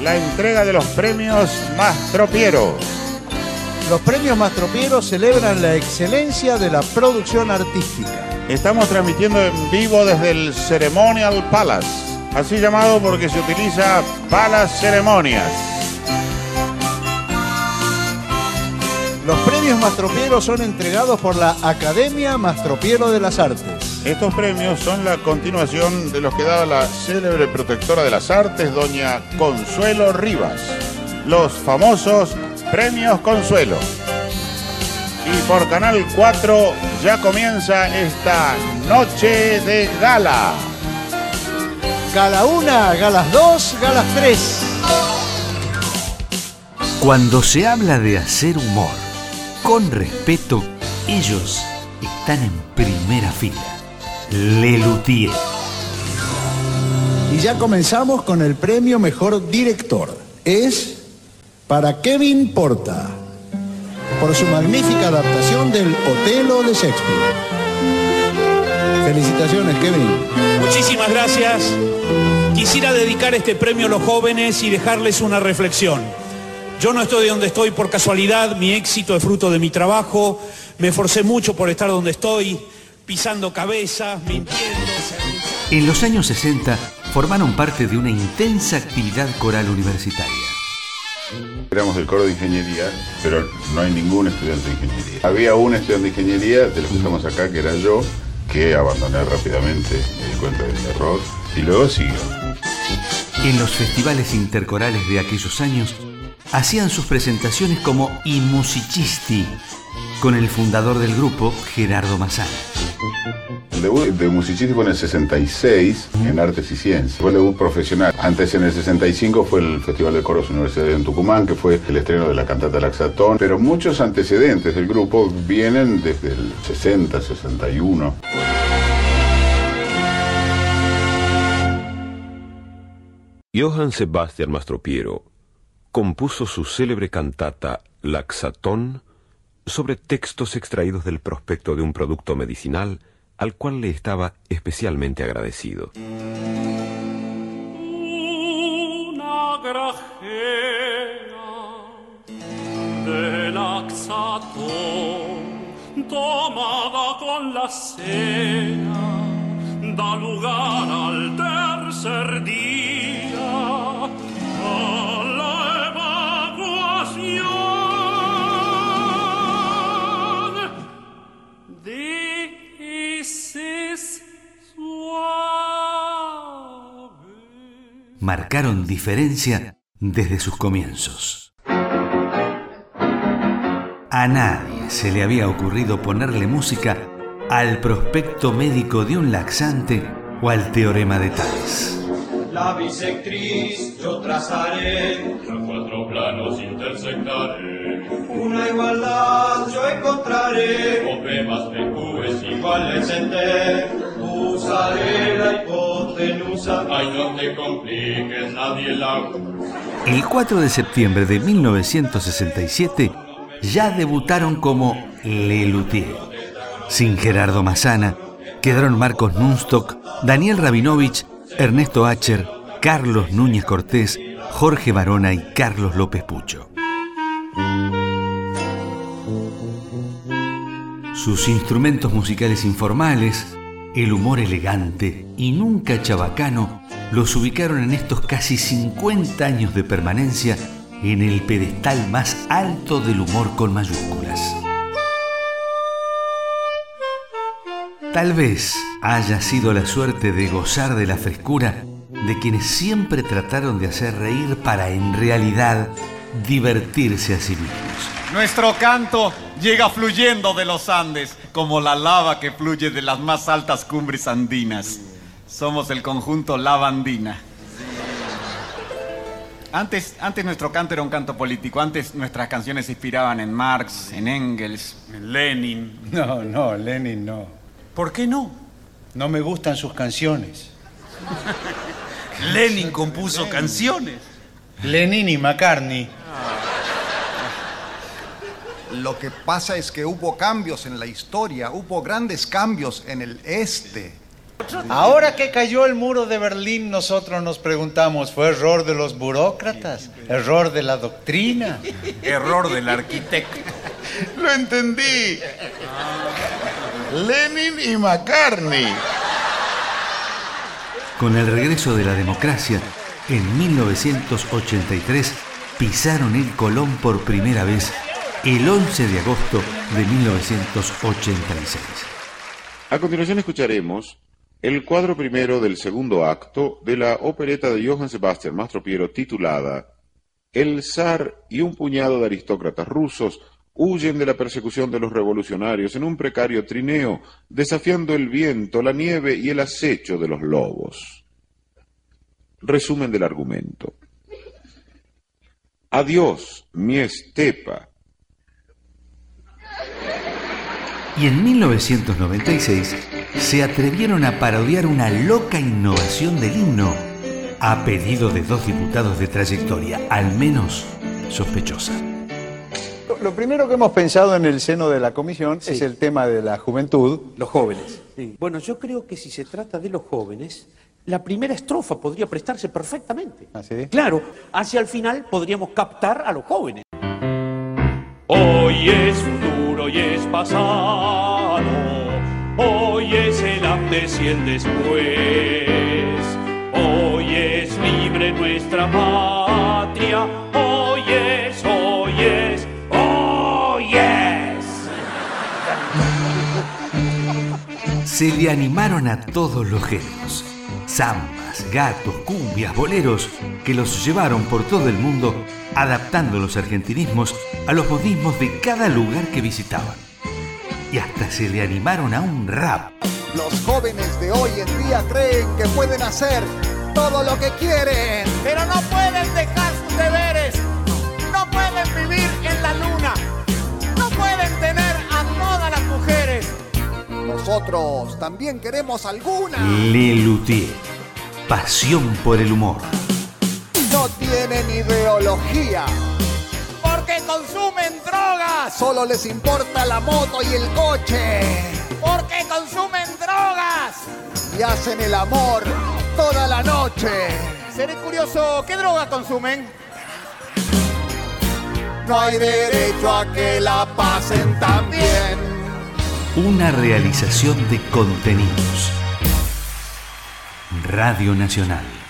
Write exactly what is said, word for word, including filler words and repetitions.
la entrega de los premios Mastropiero. Los premios Mastropiero celebran la excelencia de la producción artística. Estamos transmitiendo en vivo desde el Ceremonial Palace, así llamado porque se utiliza para las ceremonias. Los premios Mastropiero son entregados por la Academia Mastropiero de las Artes. Estos premios son la continuación de los que daba la célebre protectora de las artes, doña Consuelo Rivas. Los famosos Premios Consuelo. Y por Canal cuatro ya comienza esta noche de gala. Gala una, galas dos, galas tres. Cuando se habla de hacer humor con respeto, ellos están en primera fila. Lelutier. Y ya comenzamos con el premio Mejor Director. Es para Kevin Porta, por su magnífica adaptación del Otelo de Shakespeare. Felicitaciones, Kevin. Muchísimas gracias. Quisiera dedicar este premio a los jóvenes y dejarles una reflexión. Yo no estoy donde estoy por casualidad, mi éxito es fruto de mi trabajo, me esforcé mucho por estar donde estoy, pisando cabezas, mintiendo. En los años sesenta formaron parte de una intensa actividad coral universitaria. Éramos del coro de ingeniería, pero no hay ningún estudiante de ingeniería. Había un estudiante de ingeniería, de los que estamos acá, que era yo, que abandoné rápidamente, me di cuenta del error, y luego siguió. En los festivales intercorales de aquellos años, hacían sus presentaciones como I Musicisti, con el fundador del grupo, Gerardo Massana. El debut de Musicisti fue en el sesenta y seis, en Artes y Ciencias. Fue el debut profesional. Antes, en el sesenta y cinco, fue el Festival de Coros Universitario en Tucumán, que fue el estreno de la cantata Laxatón. Pero muchos antecedentes del grupo vienen desde el sesenta, sesenta y uno. Johann Sebastian Mastropiero compuso su célebre cantata Laxatón sobre textos extraídos del prospecto de un producto medicinal al cual le estaba especialmente agradecido. Una grajea de Laxatón tomada con la cena da lugar al tercer día a la evacuación. Marcaron diferencia desde sus comienzos. A nadie se le había ocurrido ponerle música al prospecto médico de un laxante o al teorema de Tales. La bisectriz yo trazaré, los cuatro planos intersectaré, una igualdad yo encontraré, o B más B Q es iguales en T, usaré la hipotenusa. Ay, no te compliques, nadie la usa. El cuatro de septiembre de mil novecientos sesenta y siete ya debutaron como Lelutier. Sin Gerardo Massana, quedaron Marcos Nunstock, Daniel Rabinovich, Ernesto Acher, Carlos Núñez Cortés, Jorge Barona y Carlos López Pucho. Sus instrumentos musicales informales, el humor elegante y nunca chabacano los ubicaron en estos casi cincuenta años de permanencia en el pedestal más alto del humor con mayúsculas. Tal vez haya sido la suerte de gozar de la frescura de quienes siempre trataron de hacer reír para en realidad divertirse a sí mismos. Nuestro canto llega fluyendo de los Andes, como la lava que fluye de las más altas cumbres andinas. Somos el conjunto Lava Andina. Antes, antes nuestro canto era un canto político. Antes nuestras canciones se inspiraban en Marx, en Engels, en Lenin. No, no, Lenin no. ¿Por qué no? No me gustan sus canciones. Lenin compuso Lenin. canciones. Lenin y McCartney. Lo que pasa es que hubo cambios en la historia, hubo grandes cambios en el este. Ahora que cayó el muro de Berlín, nosotros nos preguntamos, ¿fue error de los burócratas? ¿Error de la doctrina? ¿Error del arquitecto? Lo entendí. Lenin y McCartney. Con el regreso de la democracia, en mil novecientos ochenta y tres pisaron el Colón por primera vez el once de agosto de mil novecientos ochenta y seis. A continuación escucharemos el cuadro primero del segundo acto de la opereta de Johann Sebastian Mastropiero titulada El zar y un puñado de aristócratas rusos huyen de la persecución de los revolucionarios en un precario trineo, desafiando el viento, la nieve y el acecho de los lobos. Resumen del argumento. Adiós, mi estepa. Y en mil novecientos noventa y seis se atrevieron a parodiar una loca innovación del himno, a pedido de dos diputados de trayectoria, al menos sospechosa. Lo primero que hemos pensado en el seno de la comisión Sí. es el tema de la juventud. Los jóvenes. Sí. Bueno, yo creo que si se trata de los jóvenes, la primera estrofa podría prestarse perfectamente. ¿Ah, sí? Claro, hacia el final podríamos captar a los jóvenes. Hoy es futuro, hoy es pasado, hoy es el antes y el después, hoy es libre nuestra patria, hoy es, hoy es, hoy es. Se le animaron a todos los géneros, zambas, gatos, cumbias, boleros, que los llevaron por todo el mundo adaptando los argentinismos a los modismos de cada lugar que visitaban. Y hasta se le animaron a un rap. Los jóvenes de hoy en día creen que pueden hacer todo lo que quieren, pero no pueden dejar sus deberes, no pueden vivir en la luna, no pueden tener a todas las mujeres. Nosotros también queremos alguna. Lelutier, pasión por el humor. No tienen ideología, porque consumen drogas. Solo les importa la moto y el coche, porque consumen drogas. Y hacen el amor toda la noche. Seré curioso, ¿qué droga consumen? No hay derecho a que la pasen tan bien. Una realización de contenidos. Radio Nacional.